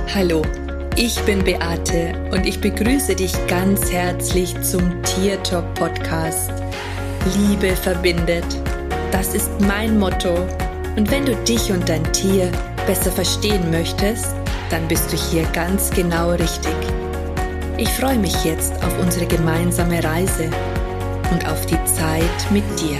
Hallo, ich bin Beate und ich begrüße dich ganz herzlich zum Tier Talk Podcast. Liebe verbindet, das ist mein Motto. Und wenn du dich und dein Tier besser verstehen möchtest, dann bist du hier ganz genau richtig. Ich freue mich jetzt auf unsere gemeinsame Reise und auf die Zeit mit dir.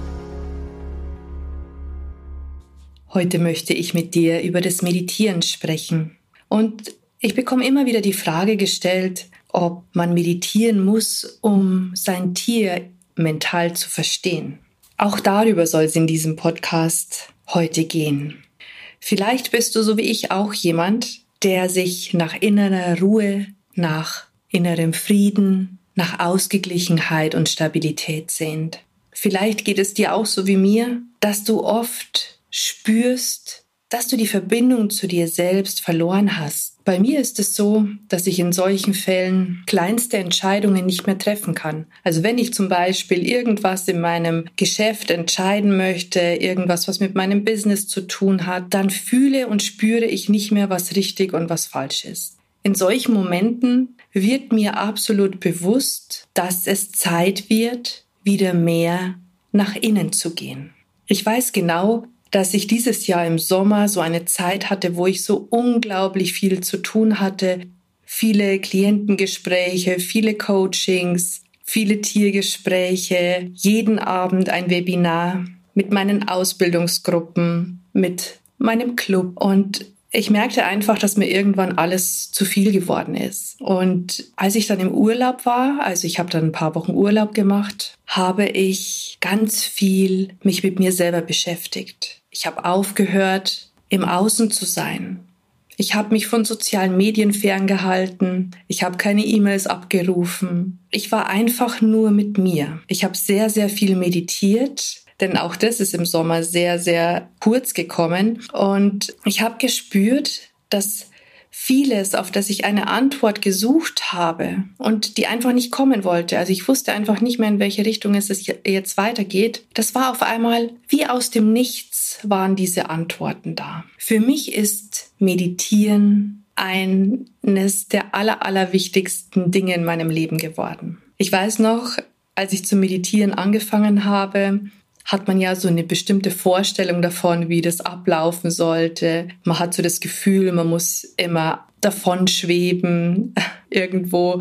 Heute möchte ich mit dir über das Meditieren sprechen. Und ich bekomme immer wieder die Frage gestellt, ob man meditieren muss, um sein Tier mental zu verstehen. Auch darüber soll es in diesem Podcast heute gehen. Vielleicht bist du so wie ich auch jemand, der sich nach innerer Ruhe, nach innerem Frieden, nach Ausgeglichenheit und Stabilität sehnt. Vielleicht geht es dir auch so wie mir, dass du oft spürst, dass du die Verbindung zu dir selbst verloren hast. Bei mir ist es so, dass ich in solchen Fällen kleinste Entscheidungen nicht mehr treffen kann. Also wenn ich zum Beispiel irgendwas in meinem Geschäft entscheiden möchte, irgendwas, was mit meinem Business zu tun hat, dann fühle und spüre ich nicht mehr, was richtig und was falsch ist. In solchen Momenten wird mir absolut bewusst, dass es Zeit wird, wieder mehr nach innen zu gehen. Ich weiß genau, dass ich dieses Jahr im Sommer so eine Zeit hatte, wo ich so unglaublich viel zu tun hatte. Viele Klientengespräche, viele Coachings, viele Tiergespräche, jeden Abend ein Webinar mit meinen Ausbildungsgruppen, mit meinem Club. Und ich merkte einfach, dass mir irgendwann alles zu viel geworden ist. Und als ich dann im Urlaub war, also ich habe dann ein paar Wochen Urlaub gemacht, habe ich ganz viel mich mit mir selber beschäftigt. Ich habe aufgehört, im Außen zu sein. Ich habe mich von sozialen Medien ferngehalten. Ich habe keine E-Mails abgerufen. Ich war einfach nur mit mir. Ich habe sehr, sehr viel meditiert. Denn auch das ist im Sommer sehr, sehr kurz gekommen. Und ich habe gespürt, dass vieles, auf das ich eine Antwort gesucht habe und die einfach nicht kommen wollte, also ich wusste einfach nicht mehr, in welche Richtung es jetzt weitergeht, das war auf einmal wie aus dem Nichts waren diese Antworten da. Für mich ist Meditieren eines der allerwichtigsten Dinge in meinem Leben geworden. Ich weiß noch, als ich zu meditieren angefangen habe, hat man ja so eine bestimmte Vorstellung davon, wie das ablaufen sollte. Man hat so das Gefühl, man muss immer davon schweben irgendwo.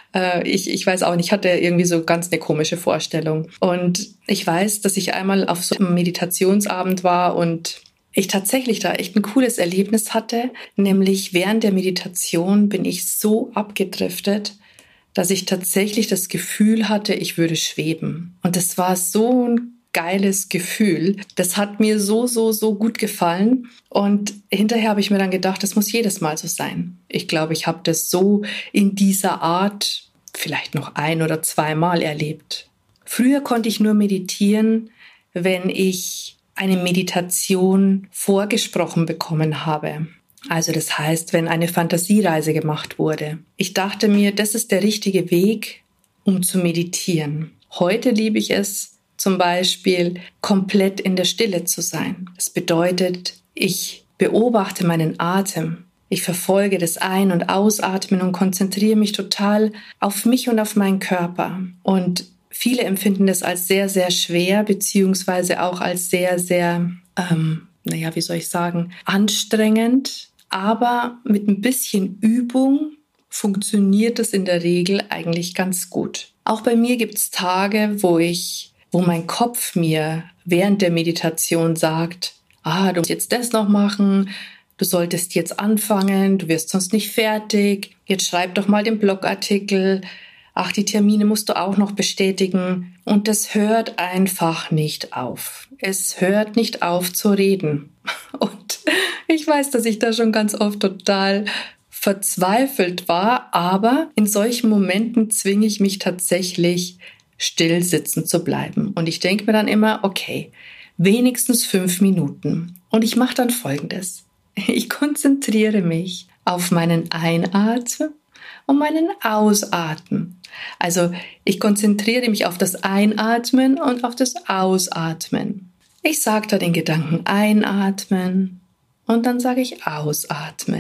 Ich weiß auch nicht, ich hatte irgendwie so ganz eine komische Vorstellung. Und ich weiß, dass ich einmal auf so einem Meditationsabend war und ich tatsächlich da echt ein cooles Erlebnis hatte. Nämlich während der Meditation bin ich so abgedriftet, dass ich tatsächlich das Gefühl hatte, ich würde schweben. Und das war so ein geiles Gefühl. Das hat mir so gut gefallen. Und hinterher habe ich mir dann gedacht, das muss jedes Mal so sein. Ich glaube, ich habe das so in dieser Art vielleicht noch 1 oder 2 Mal erlebt. Früher konnte ich nur meditieren, wenn ich eine Meditation vorgesprochen bekommen habe. Also das heißt, wenn eine Fantasiereise gemacht wurde. Ich dachte mir, das ist der richtige Weg, um zu meditieren. Heute liebe ich es, zum Beispiel komplett in der Stille zu sein. Das bedeutet, ich beobachte meinen Atem. Ich verfolge das Ein- und Ausatmen und konzentriere mich total auf mich und auf meinen Körper. Und viele empfinden das als sehr, sehr schwer, beziehungsweise auch als sehr, sehr, anstrengend. Aber mit ein bisschen Übung funktioniert das in der Regel eigentlich ganz gut. Auch bei mir gibt es Tage, wo mein Kopf mir während der Meditation sagt, du musst jetzt das noch machen, du solltest jetzt anfangen, du wirst sonst nicht fertig, jetzt schreib doch mal den Blogartikel, die Termine musst du auch noch bestätigen. Und das hört einfach nicht auf. Es hört nicht auf zu reden. Und ich weiß, dass ich da schon ganz oft total verzweifelt war, aber in solchen Momenten zwinge ich mich tatsächlich, still sitzen zu bleiben. Und ich denke mir dann immer, okay, wenigstens 5 Minuten. Und ich mache dann Folgendes. Ich konzentriere mich auf meinen Einatmen und meinen Ausatmen. Also ich konzentriere mich auf das Einatmen und auf das Ausatmen. Ich sage da den Gedanken einatmen und dann sage ich ausatmen.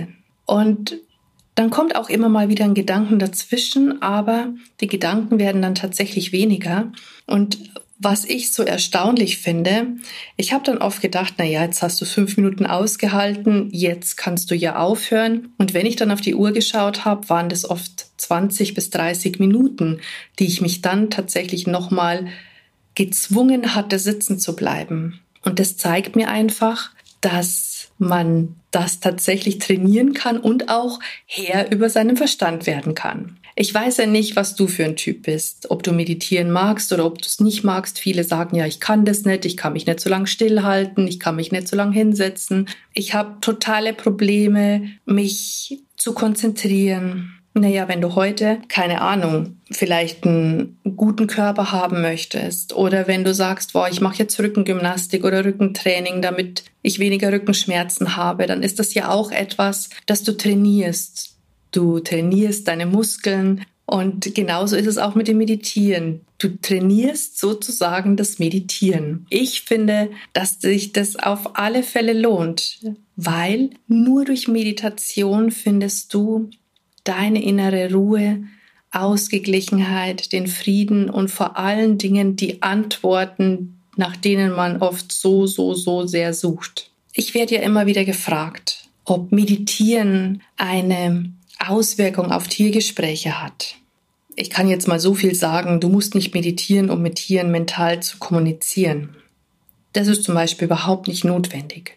Und dann kommt auch immer mal wieder ein Gedanken dazwischen, aber die Gedanken werden dann tatsächlich weniger. Und was ich so erstaunlich finde, ich habe dann oft gedacht, jetzt hast du 5 Minuten ausgehalten, jetzt kannst du ja aufhören. Und wenn ich dann auf die Uhr geschaut habe, waren das oft 20 bis 30 Minuten, die ich mich dann tatsächlich nochmal gezwungen hatte, sitzen zu bleiben. Und das zeigt mir einfach, dass man das tatsächlich trainieren kann und auch Herr über seinen Verstand werden kann. Ich weiß ja nicht, was du für ein Typ bist, ob du meditieren magst oder ob du es nicht magst. Viele sagen ja, ich kann das nicht, ich kann mich nicht so lange stillhalten, ich kann mich nicht so lange hinsetzen. Ich habe totale Probleme, mich zu konzentrieren. Wenn du heute, keine Ahnung, vielleicht einen guten Körper haben möchtest oder wenn du sagst, ich mache jetzt Rückengymnastik oder Rückentraining, damit ich weniger Rückenschmerzen habe, dann ist das ja auch etwas, das du trainierst. Du trainierst deine Muskeln und genauso ist es auch mit dem Meditieren. Du trainierst sozusagen das Meditieren. Ich finde, dass sich das auf alle Fälle lohnt, weil nur durch Meditation findest du deine innere Ruhe, Ausgeglichenheit, den Frieden und vor allen Dingen die Antworten, nach denen man oft so sehr sucht. Ich werde ja immer wieder gefragt, ob Meditieren eine Auswirkung auf Tiergespräche hat. Ich kann jetzt mal so viel sagen, du musst nicht meditieren, um mit Tieren mental zu kommunizieren. Das ist zum Beispiel überhaupt nicht notwendig.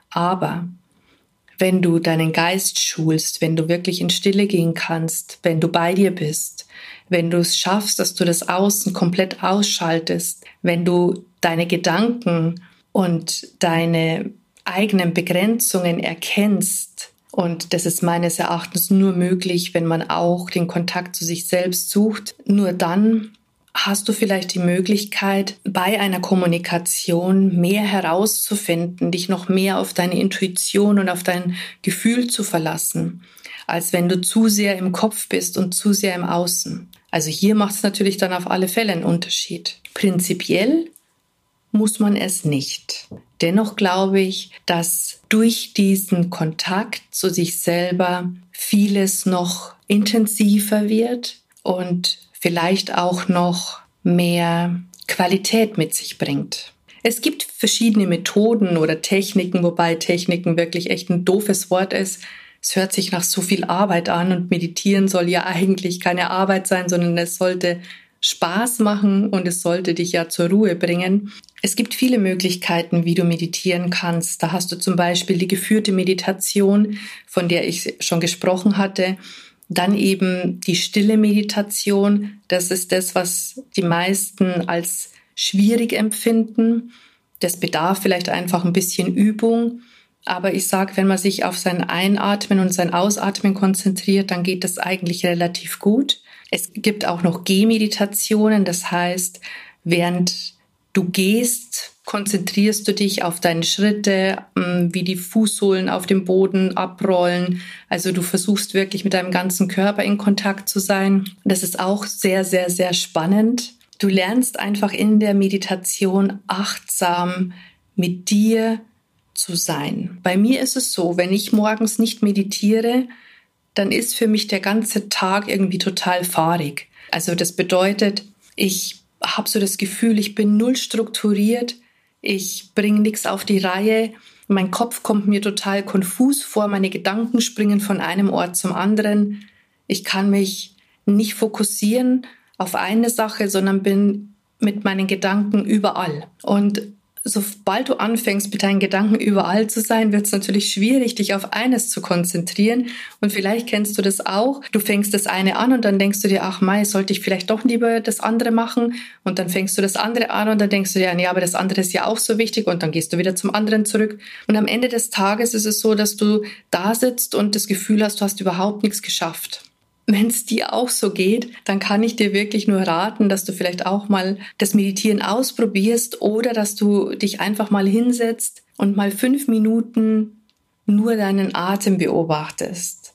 Aber wenn du deinen Geist schulst, wenn du wirklich in Stille gehen kannst, wenn du bei dir bist, wenn du es schaffst, dass du das Außen komplett ausschaltest, wenn du deine Gedanken und deine eigenen Begrenzungen erkennst, und das ist meines Erachtens nur möglich, wenn man auch den Kontakt zu sich selbst sucht, nur dann hast du vielleicht die Möglichkeit, bei einer Kommunikation mehr herauszufinden, dich noch mehr auf deine Intuition und auf dein Gefühl zu verlassen, als wenn du zu sehr im Kopf bist und zu sehr im Außen. Also hier macht es natürlich dann auf alle Fälle einen Unterschied. Prinzipiell muss man es nicht. Dennoch glaube ich, dass durch diesen Kontakt zu sich selber vieles noch intensiver wird und vielleicht auch noch mehr Qualität mit sich bringt. Es gibt verschiedene Methoden oder Techniken, wobei Techniken wirklich echt ein doofes Wort ist. Es hört sich nach so viel Arbeit an und Meditieren soll ja eigentlich keine Arbeit sein, sondern es sollte Spaß machen und es sollte dich ja zur Ruhe bringen. Es gibt viele Möglichkeiten, wie du meditieren kannst. Da hast du zum Beispiel die geführte Meditation, von der ich schon gesprochen hatte. Dann eben die stille Meditation. Das ist das, was die meisten als schwierig empfinden. Das bedarf vielleicht einfach ein bisschen Übung. Aber ich sage, wenn man sich auf sein Einatmen und sein Ausatmen konzentriert, dann geht das eigentlich relativ gut. Es gibt auch noch Gehmeditationen. Das heißt, während du gehst, konzentrierst du dich auf deine Schritte, wie die Fußsohlen auf dem Boden abrollen. Also du versuchst wirklich mit deinem ganzen Körper in Kontakt zu sein. Das ist auch sehr, sehr, sehr spannend. Du lernst einfach in der Meditation achtsam mit dir zu sein. Bei mir ist es so, wenn ich morgens nicht meditiere, dann ist für mich der ganze Tag irgendwie total fahrig. Also das bedeutet, ich habe so das Gefühl, ich bin null strukturiert, ich bringe nichts auf die Reihe, mein Kopf kommt mir total konfus vor, meine Gedanken springen von einem Ort zum anderen. Ich kann mich nicht fokussieren auf eine Sache, sondern bin mit meinen Gedanken überall. Und sobald du anfängst, mit deinen Gedanken überall zu sein, wird es natürlich schwierig, dich auf eines zu konzentrieren. Und vielleicht kennst du das auch. Du fängst das eine an und dann denkst du dir, ach Mei, sollte ich vielleicht doch lieber das andere machen? Und dann fängst du das andere an und dann denkst du dir, nee, aber das andere ist ja auch so wichtig. Und dann gehst du wieder zum anderen zurück. Und am Ende des Tages ist es so, dass du da sitzt und das Gefühl hast, du hast überhaupt nichts geschafft. Wenn es dir auch so geht, dann kann ich dir wirklich nur raten, dass du vielleicht auch mal das Meditieren ausprobierst oder dass du dich einfach mal hinsetzt und mal 5 Minuten nur deinen Atem beobachtest.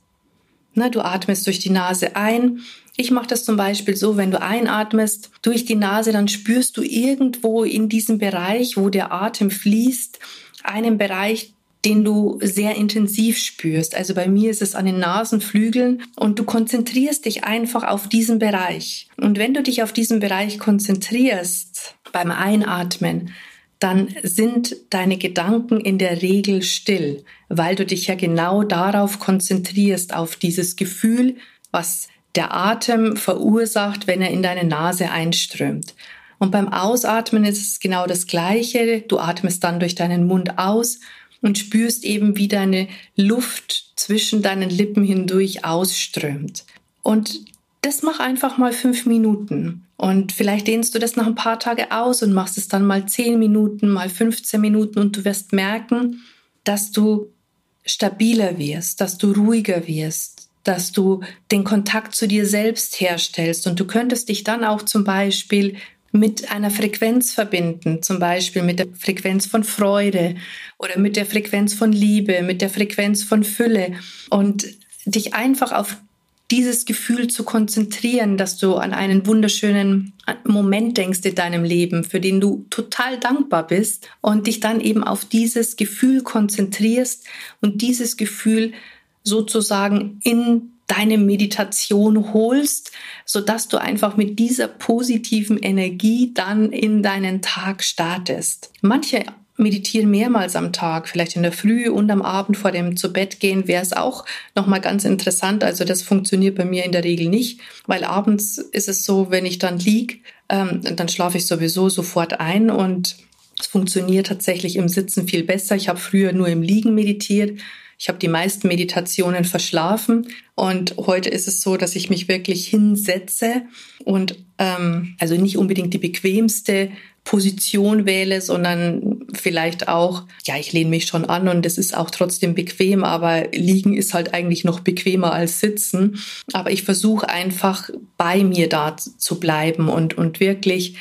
Du atmest durch die Nase ein. Ich mache das zum Beispiel so, wenn du einatmest durch die Nase, dann spürst du irgendwo in diesem Bereich, wo der Atem fließt, einen Bereich, den du sehr intensiv spürst. Also bei mir ist es an den Nasenflügeln und du konzentrierst dich einfach auf diesen Bereich. Und wenn du dich auf diesen Bereich konzentrierst beim Einatmen, dann sind deine Gedanken in der Regel still, weil du dich ja genau darauf konzentrierst, auf dieses Gefühl, was der Atem verursacht, wenn er in deine Nase einströmt. Und beim Ausatmen ist es genau das Gleiche. Du atmest dann durch deinen Mund aus und spürst eben, wie deine Luft zwischen deinen Lippen hindurch ausströmt. Und das mach einfach mal 5 Minuten. Und vielleicht dehnst du das nach ein paar Tage aus und machst es dann mal 10 Minuten, mal 15 Minuten und du wirst merken, dass du stabiler wirst, dass du ruhiger wirst, dass du den Kontakt zu dir selbst herstellst. Und du könntest dich dann auch zum Beispiel mit einer Frequenz verbinden, zum Beispiel mit der Frequenz von Freude oder mit der Frequenz von Liebe, mit der Frequenz von Fülle und dich einfach auf dieses Gefühl zu konzentrieren, dass du an einen wunderschönen Moment denkst in deinem Leben, für den du total dankbar bist und dich dann eben auf dieses Gefühl konzentrierst und dieses Gefühl sozusagen in deine Meditation holst, sodass du einfach mit dieser positiven Energie dann in deinen Tag startest. Manche meditieren mehrmals am Tag, vielleicht in der Früh und am Abend vor dem Zubettgehen wäre es auch nochmal ganz interessant. Also das funktioniert bei mir in der Regel nicht, weil abends ist es so, wenn ich dann liege, dann schlafe ich sowieso sofort ein und es funktioniert tatsächlich im Sitzen viel besser. Ich habe früher nur im Liegen meditiert. Ich habe die meisten Meditationen verschlafen und heute ist es so, dass ich mich wirklich hinsetze und also nicht unbedingt die bequemste Position wähle, sondern vielleicht auch, ja, ich lehne mich schon an und es ist auch trotzdem bequem, aber liegen ist halt eigentlich noch bequemer als sitzen. Aber ich versuche einfach bei mir da zu bleiben und wirklich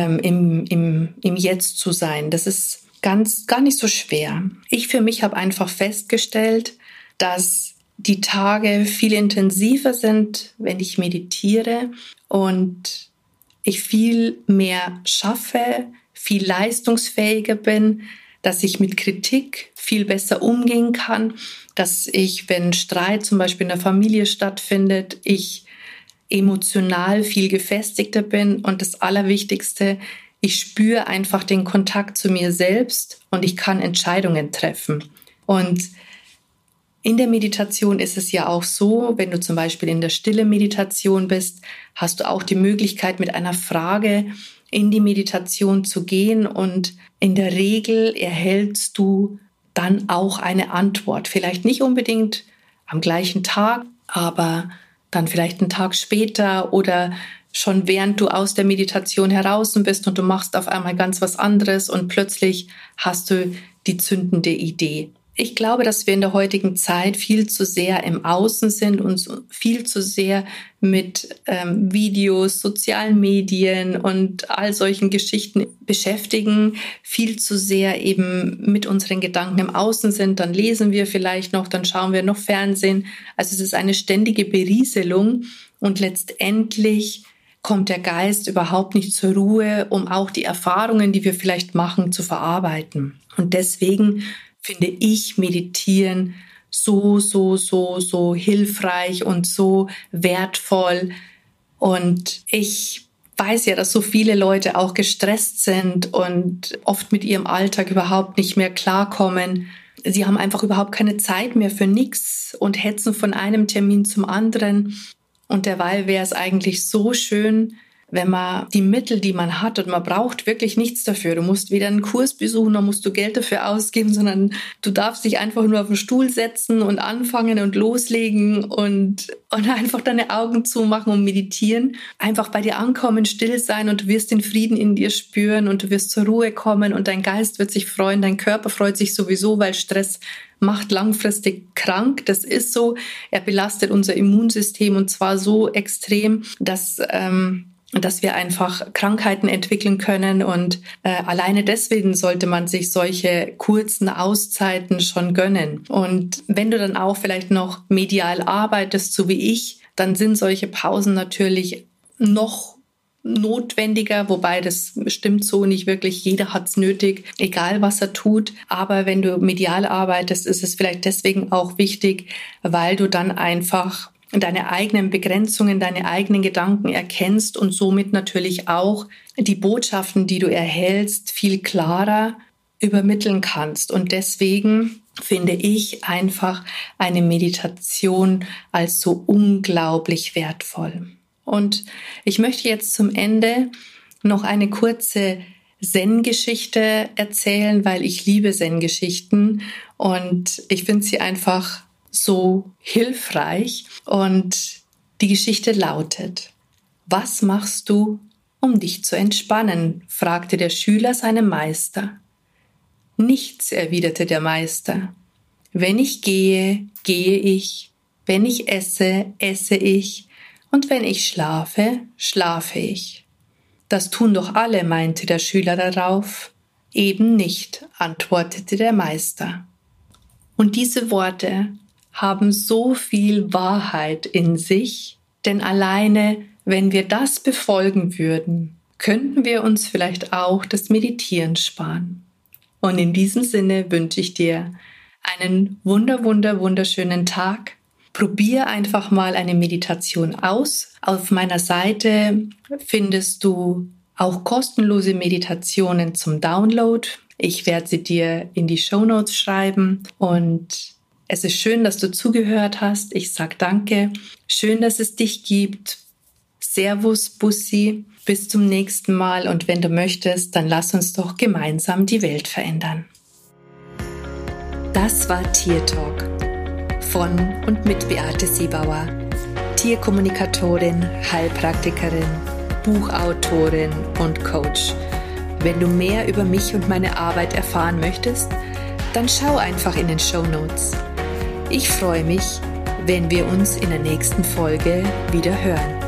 im Jetzt zu sein. Das ist gar nicht so schwer. Ich für mich habe einfach festgestellt, dass die Tage viel intensiver sind, wenn ich meditiere und ich viel mehr schaffe, viel leistungsfähiger bin, dass ich mit Kritik viel besser umgehen kann, dass ich, wenn Streit zum Beispiel in der Familie stattfindet, ich emotional viel gefestigter bin und das Allerwichtigste, ich spüre einfach den Kontakt zu mir selbst und ich kann Entscheidungen treffen. Und in der Meditation ist es ja auch so, wenn du zum Beispiel in der stille Meditation bist, hast du auch die Möglichkeit, mit einer Frage in die Meditation zu gehen und in der Regel erhältst du dann auch eine Antwort. Vielleicht nicht unbedingt am gleichen Tag, aber dann vielleicht einen Tag später oder schon während du aus der Meditation heraus bist und du machst auf einmal ganz was anderes und plötzlich hast du die zündende Idee. Ich glaube, dass wir in der heutigen Zeit viel zu sehr im Außen sind und viel zu sehr mit Videos, sozialen Medien und all solchen Geschichten beschäftigen, viel zu sehr eben mit unseren Gedanken im Außen sind. Dann lesen wir vielleicht noch, dann schauen wir noch Fernsehen. Also es ist eine ständige Berieselung und letztendlich kommt der Geist überhaupt nicht zur Ruhe, um auch die Erfahrungen, die wir vielleicht machen, zu verarbeiten. Und deswegen finde ich Meditieren so hilfreich und so wertvoll. Und ich weiß ja, dass so viele Leute auch gestresst sind und oft mit ihrem Alltag überhaupt nicht mehr klarkommen. Sie haben einfach überhaupt keine Zeit mehr für nichts und hetzen von einem Termin zum anderen. Und derweil wäre es eigentlich so schön, wenn man die Mittel, die man hat, und man braucht wirklich nichts dafür. Du musst weder einen Kurs besuchen, dann musst du Geld dafür ausgeben, sondern du darfst dich einfach nur auf den Stuhl setzen und anfangen und loslegen und einfach deine Augen zumachen und meditieren. Einfach bei dir ankommen, still sein und du wirst den Frieden in dir spüren und du wirst zur Ruhe kommen und dein Geist wird sich freuen, dein Körper freut sich sowieso, weil Stress macht langfristig krank. Das ist so. Er belastet unser Immunsystem und zwar so extrem, dass wir einfach Krankheiten entwickeln können und alleine deswegen sollte man sich solche kurzen Auszeiten schon gönnen. Und wenn du dann auch vielleicht noch medial arbeitest, so wie ich, dann sind solche Pausen natürlich noch notwendiger, wobei das stimmt so nicht wirklich. Jeder hat es nötig, egal was er tut. Aber wenn du medial arbeitest, ist es vielleicht deswegen auch wichtig, weil du dann einfach deine eigenen Begrenzungen, deine eigenen Gedanken erkennst und somit natürlich auch die Botschaften, die du erhältst, viel klarer übermitteln kannst. Und deswegen finde ich einfach eine Meditation als so unglaublich wertvoll. Und ich möchte jetzt zum Ende noch eine kurze Zen-Geschichte erzählen, weil ich liebe Zen-Geschichten und ich finde sie einfach so hilfreich. Und die Geschichte lautet: Was machst du, um dich zu entspannen?, fragte der Schüler seinen Meister. Nichts, erwiderte der Meister. Wenn ich gehe, gehe ich. Wenn ich esse, esse ich. Und wenn ich schlafe, schlafe ich. Das tun doch alle, meinte der Schüler darauf. Eben nicht, antwortete der Meister. Und diese Worte haben so viel Wahrheit in sich, denn alleine, wenn wir das befolgen würden, könnten wir uns vielleicht auch das Meditieren sparen. Und in diesem Sinne wünsche ich dir einen wunderschönen Tag. Probier einfach mal eine Meditation aus. Auf meiner Seite findest du auch kostenlose Meditationen zum Download. Ich werde sie dir in die Shownotes schreiben. Und es ist schön, dass du zugehört hast. Ich sage danke. Schön, dass es dich gibt. Servus, Bussi. Bis zum nächsten Mal und wenn du möchtest, dann lass uns doch gemeinsam die Welt verändern. Das war Tier Talk von und mit Beate Siebauer, Tierkommunikatorin, Heilpraktikerin, Buchautorin und Coach. Wenn du mehr über mich und meine Arbeit erfahren möchtest, dann schau einfach in den Shownotes. Ich freue mich, wenn wir uns in der nächsten Folge wieder hören.